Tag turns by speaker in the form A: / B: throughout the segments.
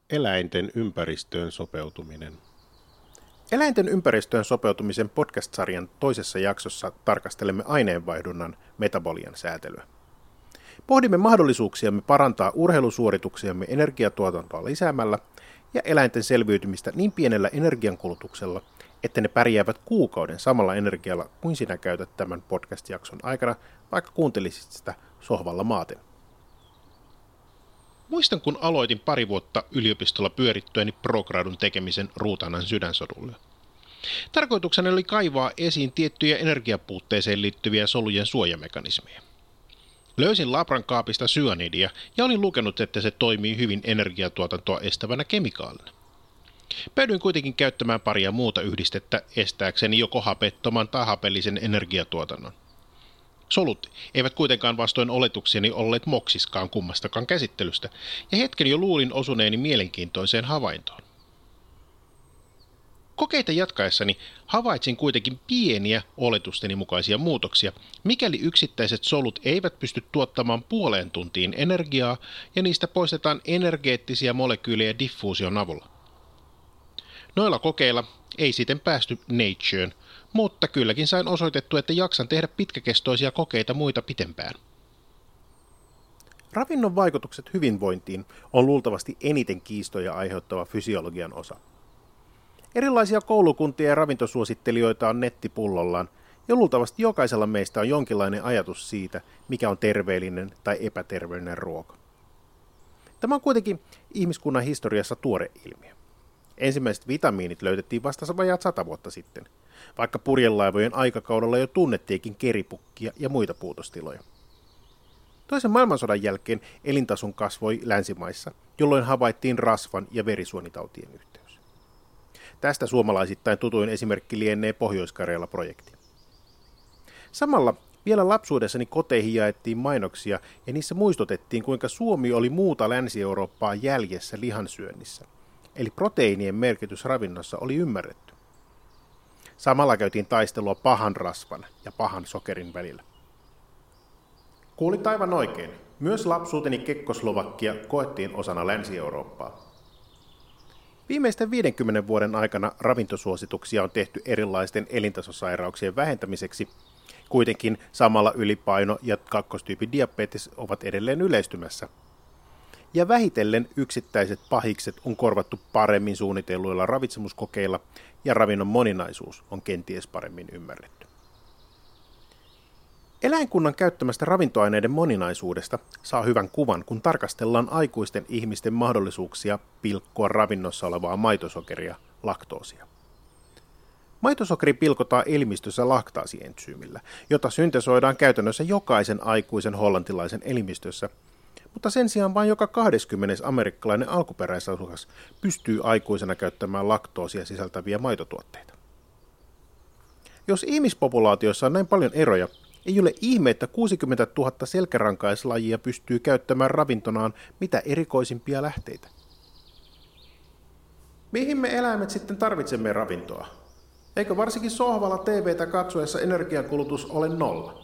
A: Eläinten ympäristöön sopeutuminen.
B: Eläinten ympäristöön sopeutumisen podcast-sarjan toisessa jaksossa tarkastelemme aineenvaihdunnan metabolian säätelyä. Pohdimme mahdollisuuksiamme parantaa urheilusuorituksiamme energiatuotantoa lisäämällä ja eläinten selviytymistä niin pienellä energiankulutuksella, että ne pärjäävät kuukauden samalla energialla kuin sinä käytät tämän podcast-jakson aikana, vaikka kuuntelisit sitä sohvalla maaten.
A: Muistan, kun aloitin pari vuotta yliopistolla pyörittyäni progradun tekemisen Ruutanan sydänsodulle. Tarkoituksena oli kaivaa esiin tiettyjä energiapuutteeseen liittyviä solujen suojamekanismeja. Löysin labran kaapista syanidia ja olin lukenut, että se toimii hyvin energiatuotantoa estävänä kemikaalina. Päädyin kuitenkin käyttämään paria muuta yhdistettä estääkseni joko hapettoman tai hapellisen energiatuotannon. Solut eivät kuitenkaan vastoin oletuksieni olleet moksiskaan kummastakaan käsittelystä, ja hetken jo luulin osuneeni mielenkiintoiseen havaintoon. Kokeita jatkaessani havaitsin kuitenkin pieniä oletusteni mukaisia muutoksia, mikäli yksittäiset solut eivät pysty tuottamaan puoleen tuntiin energiaa ja niistä poistetaan energeettisiä molekyylejä diffuusion avulla. Noilla kokeilla ei siten päästy Natureen, mutta kylläkin sain osoitettua, että jaksan tehdä pitkäkestoisia kokeita muita pitempään.
B: Ravinnon vaikutukset hyvinvointiin on luultavasti eniten kiistoja aiheuttava fysiologian osa. Erilaisia koulukuntia ja ravintosuosittelijoita on nettipullollaan, ja luultavasti jokaisella meistä on jonkinlainen ajatus siitä, mikä on terveellinen tai epäterveellinen ruoka. Tämä on kuitenkin ihmiskunnan historiassa tuore ilmiö. Ensimmäiset vitamiinit löydettiin vasta vajaat 100 vuotta sitten, vaikka purjelaivojen aikakaudella jo tunnettiinkin keripukkia ja muita puutostiloja. Toisen maailmansodan jälkeen elintason kasvoi länsimaissa, jolloin havaittiin rasvan ja verisuonitautien yhteys. Tästä suomalaisittain tutuin esimerkki lienee Pohjois-Karjala-projekti. Samalla vielä lapsuudessani koteihin jaettiin mainoksia ja niissä muistutettiin, kuinka Suomi oli muuta Länsi-Eurooppaa jäljessä lihansyönnissä. Eli proteiinien merkitys ravinnossa oli ymmärretty. Samalla käytiin taistelua pahan rasvan ja pahan sokerin välillä. Kuulit aivan oikein. Myös lapsuuteni Kekkoslovakia koettiin osana Länsi-Eurooppaa. Viimeisten 50 vuoden aikana ravintosuosituksia on tehty erilaisten elintasosairauksien vähentämiseksi. Kuitenkin samalla ylipaino ja kakkostyypin diabetes ovat edelleen yleistymässä. Ja vähitellen yksittäiset pahikset on korvattu paremmin suunnitelluilla ravitsemuskokeilla ja ravinnon moninaisuus on kenties paremmin ymmärretty. Eläinkunnan käyttämästä ravintoaineiden moninaisuudesta saa hyvän kuvan, kun tarkastellaan aikuisten ihmisten mahdollisuuksia pilkkoa ravinnossa olevaa maitosokeria, laktoosia. Maitosokeri pilkotaan elimistössä laktaasientsyymillä, jota syntesoidaan käytännössä jokaisen aikuisen hollantilaisen elimistössä, mutta sen sijaan vain joka 20. amerikkalainen alkuperäisasukas pystyy aikuisena käyttämään laktoosia sisältäviä maitotuotteita. Jos ihmispopulaatiossa on näin paljon eroja, ei ole ihme, että 60 000 selkärankaislajia pystyy käyttämään ravintonaan mitä erikoisimpia lähteitä. Mihin me eläimet sitten tarvitsemme ravintoa? Eikö varsinkin sohvalla TVtä katsoessa energiankulutus ole 0?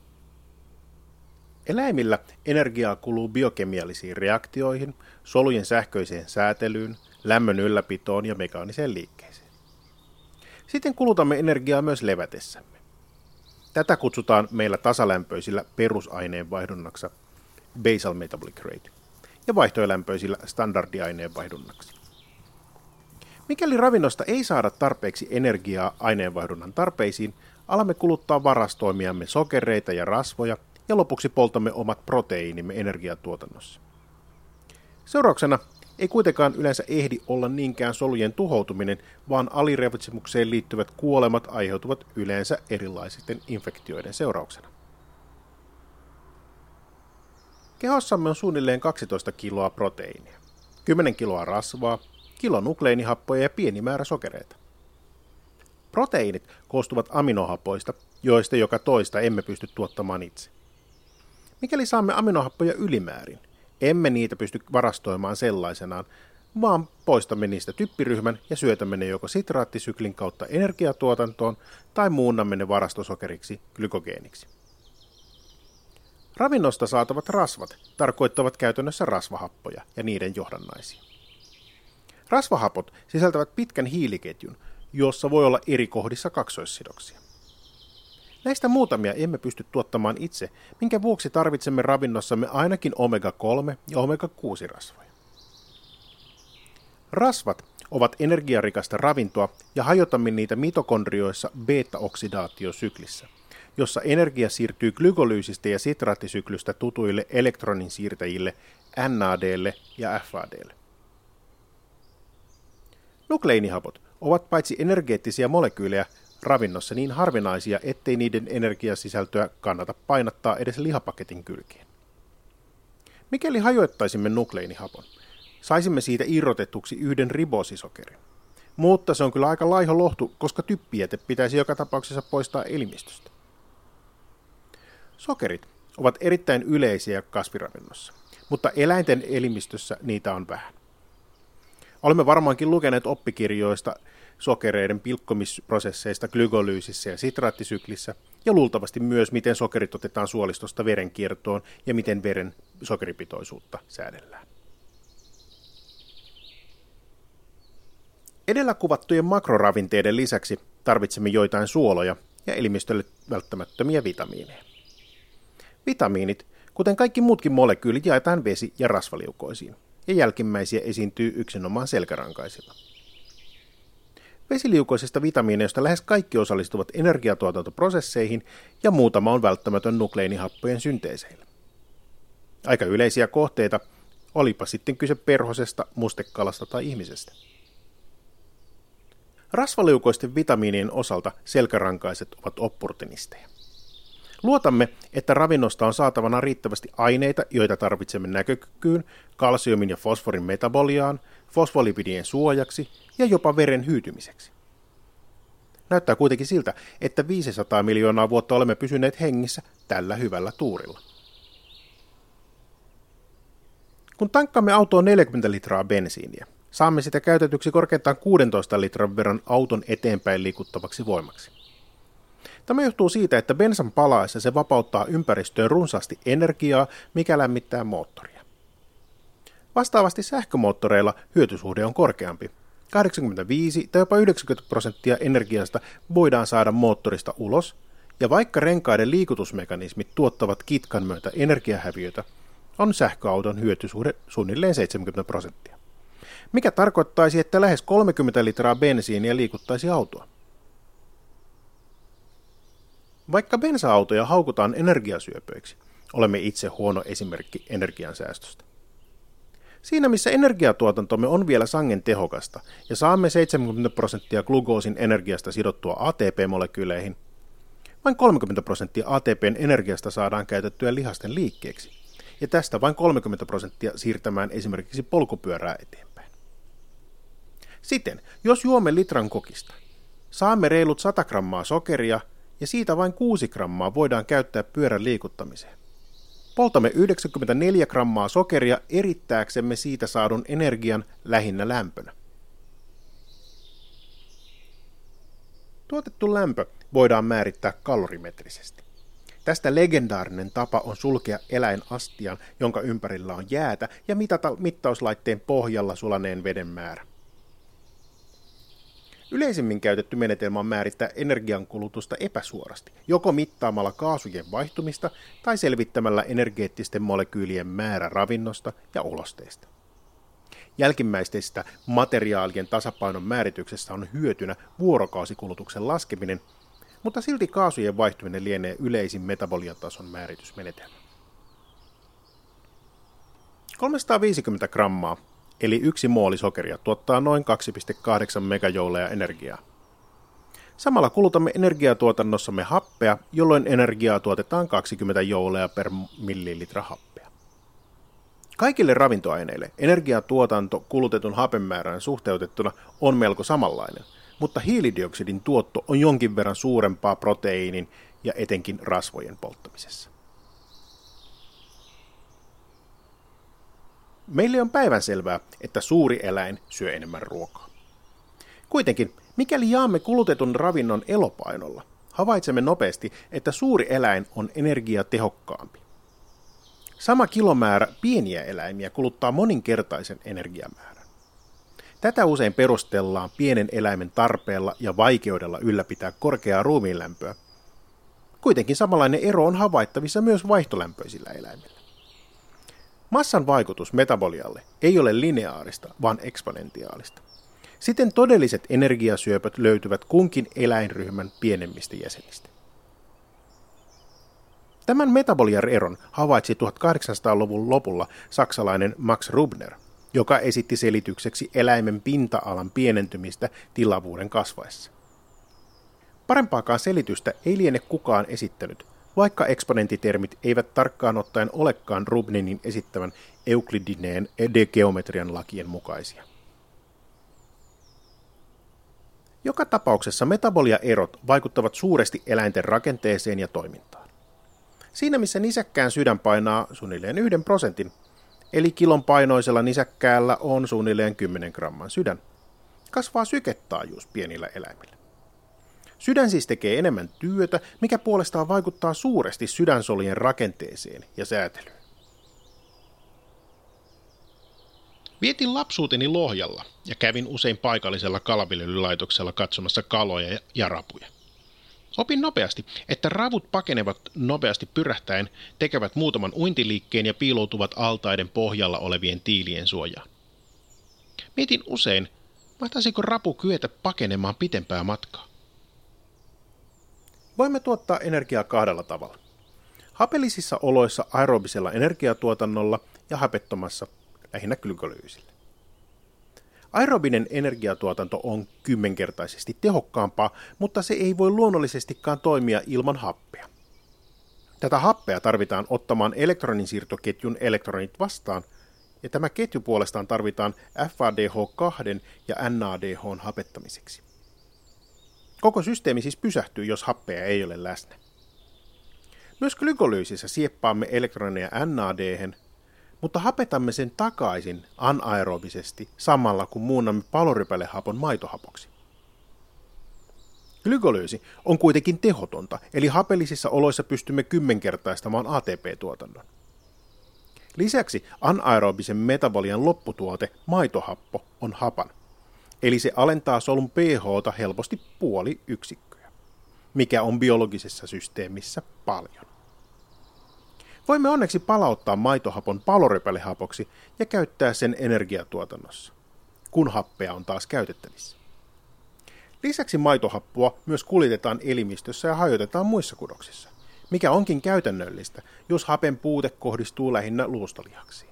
B: Eläimillä energiaa kuluu biokemiallisiin reaktioihin, solujen sähköiseen säätelyyn, lämmön ylläpitoon ja mekaaniseen liikkeeseen. Sitten kulutamme energiaa myös levätessämme. Tätä kutsutaan meillä tasalämpöisillä perusaineenvaihdunnaksi basal metabolic rate ja vaihtolämpöisillä standardiaineenvaihdunnaksi. Mikäli ravinnosta ei saada tarpeeksi energiaa aineenvaihdunnan tarpeisiin, alamme kuluttaa varastoimiamme sokereita ja rasvoja ja lopuksi poltamme omat proteiinimme energiatuotannossa. Seurauksena ei kuitenkaan yleensä ehdi olla niinkään solujen tuhoutuminen, vaan aliravitsemukseen liittyvät kuolemat aiheutuvat yleensä erilaisten infektioiden seurauksena. Kehossamme on suunnilleen 12 kiloa proteiinia, 10 kiloa rasvaa, kilo nukleinihappoja ja pieni määrä sokereita. Proteiinit koostuvat aminohapoista, joista joka toista emme pysty tuottamaan itse. Mikäli saamme aminohappoja ylimäärin, emme niitä pysty varastoimaan sellaisenaan, vaan poistamme niistä typpiryhmän ja syötämme ne joko sitraattisyklin kautta energiatuotantoon tai muunnamme ne varastosokeriksi glykogeeniksi. Ravinnosta saatavat rasvat tarkoittavat käytännössä rasvahappoja ja niiden johdannaisia. Rasvahapot sisältävät pitkän hiiliketjun, jossa voi olla eri kohdissa kaksoissidoksia. Näistä muutamia emme pysty tuottamaan itse, minkä vuoksi tarvitsemme ravinnossamme ainakin omega-3 ja omega-6 rasvoja. Rasvat ovat energiarikasta ravintoa ja hajotamme niitä mitokondrioissa beta-oksidaatiosyklissä, jossa energia siirtyy glykolyysistä ja sitraattisyklystä tutuille elektroninsiirtäjille NAD:lle ja FAD:lle. Nukleinihapot ovat paitsi energeettisiä molekyylejä ravinnossa niin harvinaisia, ettei niiden energiasisältöä kannata painattaa edes lihapaketin kylkeen. Mikäli hajoittaisimme nukleinihapon, saisimme siitä irrotetuksi yhden ribosisokerin. Mutta se on kyllä aika laiho lohtu, koska typpijäte pitäisi joka tapauksessa poistaa elimistöstä. Sokerit ovat erittäin yleisiä kasviravinnossa, mutta eläinten elimistössä niitä on vähän. Olemme varmaankin lukeneet oppikirjoista sokereiden pilkkomisprosesseista glykolyysissä ja sitraattisyklissä, ja luultavasti myös, miten sokerit otetaan suolistosta verenkiertoon ja miten veren sokeripitoisuutta säädellään. Edellä kuvattujen makroravinteiden lisäksi tarvitsemme joitain suoloja ja elimistölle välttämättömiä vitamiineja. Vitamiinit, kuten kaikki muutkin molekyylit, jaetaan vesi- ja rasvaliukoisiin, ja jälkimmäisiä esiintyy yksinomaan selkärankaisilla. Vesiliukoisista vitamiineista lähes kaikki osallistuvat energiatuotantoprosesseihin ja muutama on välttämätön nukleinihappojen synteeseille. Aika yleisiä kohteita, olipa sitten kyse perhosesta, mustekalasta tai ihmisestä. Rasvaliukoisten vitamiinien osalta selkärankaiset ovat opportunisteja. Luotamme, että ravinnosta on saatavana riittävästi aineita, joita tarvitsemme näkökykyyn, kalsiumin ja fosforin metaboliaan, fosfolipidien suojaksi ja jopa veren hyytymiseksi. Näyttää kuitenkin siltä, että 500 miljoonaa vuotta olemme pysyneet hengissä tällä hyvällä tuurilla. Kun tankkaamme autoon 40 litraa bensiiniä, saamme sitä käytetyksi korkeintaan 16 litran verran auton eteenpäin liikuttavaksi voimaksi. Tämä johtuu siitä, että bensan palaessa se vapauttaa ympäristöön runsaasti energiaa, mikä lämmittää moottoria. Vastaavasti sähkömoottoreilla hyötysuhde on korkeampi. 85 tai jopa 90% energiasta voidaan saada moottorista ulos, ja vaikka renkaiden liikutusmekanismit tuottavat kitkan myötä energiahäviötä, on sähköauton hyötysuhde suunnilleen 70%. Mikä tarkoittaisi, että lähes 30 litraa bensiiniä liikuttaisi autoa. Vaikka bensa-autoja haukutaan energiasyöpöiksi, olemme itse huono esimerkki energiansäästöstä. Siinä missä energiatuotantomme on vielä sangen tehokasta ja saamme 70% glukoosin energiasta sidottua ATP-molekyyleihin, vain 30% ATPn energiasta saadaan käytettyä lihasten liikkeeksi, ja tästä vain 30% siirtämään esimerkiksi polkupyörää eteenpäin. Siten, jos juomme litran kokista, saamme reilut 100 grammaa sokeria, ja siitä vain 6 grammaa voidaan käyttää pyörän liikuttamiseen. Poltamme 94 grammaa sokeria erittääksemme siitä saadun energian lähinnä lämpönä. Tuotettu lämpö voidaan määrittää kalorimetrisesti. Tästä legendaarinen tapa on sulkea eläin astiaan, jonka ympärillä on jäätä, ja mitata mittauslaitteen pohjalla sulaneen veden määrä. Yleisimmin käytetty menetelmä on määrittää energiankulutusta epäsuorasti, joko mittaamalla kaasujen vaihtumista tai selvittämällä energeettisten molekyylien määrä ravinnosta ja ulosteista. Jälkimmäisestä materiaalien tasapainon määrityksestä on hyötynä vuorokausikulutuksen laskeminen, mutta silti kaasujen vaihtuminen lienee yleisin metaboliatason määritysmenetelmä. 350 grammaa, eli 1 mooli sokeria tuottaa noin 2,8 megajoulea energiaa. Samalla kulutamme energiatuotannossamme happea, jolloin energiaa tuotetaan 20 joulea per millilitra happea. Kaikille ravintoaineille energiatuotanto kulutetun hapen määrään suhteutettuna on melko samanlainen, mutta hiilidioksidin tuotto on jonkin verran suurempaa proteiinin ja etenkin rasvojen polttamisessa. Meille on päivänselvää, että suuri eläin syö enemmän ruokaa. Kuitenkin, mikäli jaamme kulutetun ravinnon elopainolla, havaitsemme nopeasti, että suuri eläin on energiatehokkaampi. Sama kilomäärä pieniä eläimiä kuluttaa moninkertaisen energiamäärän. Tätä usein perustellaan pienen eläimen tarpeella ja vaikeudella ylläpitää korkeaa ruumiinlämpöä. Kuitenkin samanlainen ero on havaittavissa myös vaihtolämpöisillä eläimillä. Massan vaikutus metabolialle ei ole lineaarista, vaan eksponentiaalista. Siten todelliset energiasyöpöt löytyvät kunkin eläinryhmän pienemmistä jäsenistä. Tämän metaboliaeron havaitsi 1800-luvun lopulla saksalainen Max Rubner, joka esitti selitykseksi eläimen pinta-alan pienentymistä tilavuuden kasvaessa. Parempaakaan selitystä ei liene kukaan esittänyt, vaikka eksponenttitermit eivät tarkkaan ottaen olekaan Rubnerin esittävän euklidineen geometrian lakien mukaisia. Joka tapauksessa metaboliaerot vaikuttavat suuresti eläinten rakenteeseen ja toimintaan. Siinä missä nisäkkään sydän painaa suunnilleen 1%, eli kilon painoisella nisäkkäällä on suunnilleen 10 gramman sydän, kasvaa syketaajuus pienillä eläimillä. Sydän siis tekee enemmän työtä, mikä puolestaan vaikuttaa suuresti sydänsolujen rakenteeseen ja säätelyyn.
A: Vietin lapsuuteni Lohjalla ja kävin usein paikallisella kalaviljelylaitoksella katsomassa kaloja ja rapuja. Opin nopeasti, että ravut pakenevat nopeasti pyrähtäen, tekevät muutaman uintiliikkeen ja piiloutuvat altaiden pohjalla olevien tiilien suojaan. Mietin usein, mahtaisiko rapu kyetä pakenemaan pitempää matkaa.
B: Voimme tuottaa energiaa kahdella tavalla. Hapellisissa oloissa aerobisella energiatuotannolla ja hapettomassa lähinnä glykolyysillä. Aerobinen energiatuotanto on 10-kertaisesti tehokkaampaa, mutta se ei voi luonnollisestikaan toimia ilman happea. Tätä happea tarvitaan ottamaan elektroninsiirtoketjun elektronit vastaan, ja tämä ketju puolestaan tarvitaan FADH2 ja NADH:n hapettamiseksi. Koko systeemi siis pysähtyy, jos happea ei ole läsnä. Myös glykolyysissä sieppaamme elektroneja NAD:hen, mutta hapetamme sen takaisin anaerobisesti samalla kun muunnamme palorypälehapon maitohapoksi. Glykolyysi on kuitenkin tehotonta, eli hapellisissa oloissa pystymme 10-kertaistamaan ATP-tuotannon. Lisäksi anaerobisen metabolian lopputuote, maitohappo, on hapan, eli se alentaa solun pH:ta helposti puoli yksikköä, mikä on biologisessa systeemissä paljon. Voimme onneksi palauttaa maitohapon palorypälehapoksi ja käyttää sen energiatuotannossa, kun happea on taas käytettävissä. Lisäksi maitohappoa myös kuljetetaan elimistössä ja hajotetaan muissa kudoksissa, mikä onkin käytännöllistä, jos hapen puute kohdistuu lähinnä luustolihaksiin.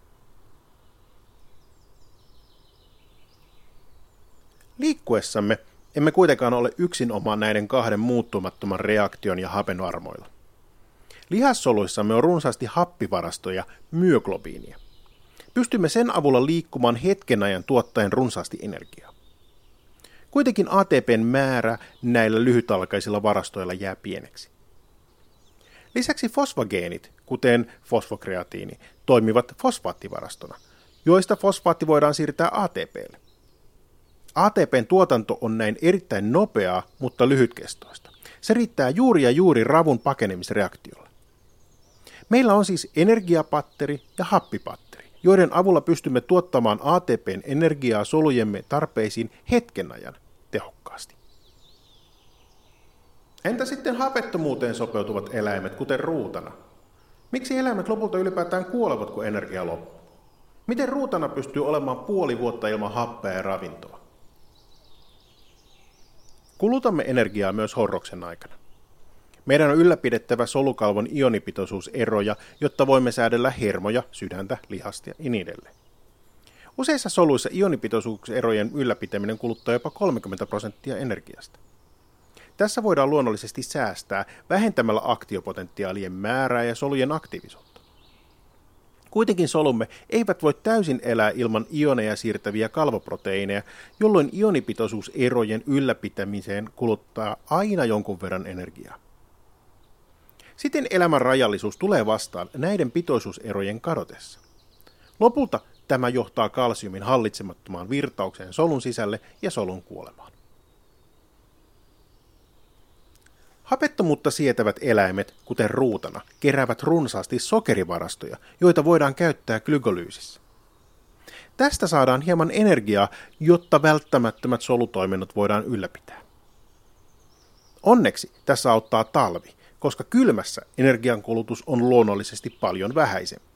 B: Liikkuessamme emme kuitenkaan ole yksinomaan näiden kahden muuttumattoman reaktion ja hapen armoilla. Lihassoluissamme on runsaasti happivarastoja, myoglobiinia. Pystymme sen avulla liikkumaan hetken ajan tuottaen runsaasti energiaa. Kuitenkin ATPn määrä näillä lyhytalkaisilla varastoilla jää pieneksi. Lisäksi fosfageenit, kuten fosfokreatiini, toimivat fosfaattivarastona, joista fosfaatti voidaan siirtää ATPlle. ATPn tuotanto on näin erittäin nopeaa, mutta lyhytkestoista. Se riittää juuri ravun pakenemisreaktiolla. Meillä on siis energiapatteri ja happipatteri, joiden avulla pystymme tuottamaan ATPn energiaa solujemme tarpeisiin hetken ajan tehokkaasti. Entä sitten hapettomuuteen sopeutuvat eläimet, kuten ruutana? Miksi eläimet lopulta ylipäätään kuolevat, kun energia loppuu? Miten ruutana pystyy olemaan puoli vuotta ilman happea ja ravintoa? Kulutamme energiaa myös horroksen aikana. Meidän on ylläpidettävä solukalvon ionipitoisuuseroja, jotta voimme säädellä hermoja, sydäntä, lihasta ja niin edelleen. Useissa soluissa ionipitoisuuserojen ylläpitäminen kuluttaa jopa 30% energiasta. Tässä voidaan luonnollisesti säästää vähentämällä aktiopotentiaalien määrää ja solujen aktiivisuutta. Kuitenkin solumme eivät voi täysin elää ilman ioneja siirtäviä kalvoproteiineja, jolloin ionipitoisuuserojen ylläpitämiseen kuluttaa aina jonkun verran energiaa. Siten elämän rajallisuus tulee vastaan näiden pitoisuuserojen kadotessa. Lopulta tämä johtaa kalsiumin hallitsemattomaan virtaukseen solun sisälle ja solun kuolemaan. Hapettomuutta sietävät eläimet, kuten ruutana, keräävät runsaasti sokerivarastoja, joita voidaan käyttää glykolyysissä. Tästä saadaan hieman energiaa, jotta välttämättömät solutoiminnot voidaan ylläpitää. Onneksi tässä auttaa talvi, koska kylmässä energiankulutus on luonnollisesti paljon vähäisempi.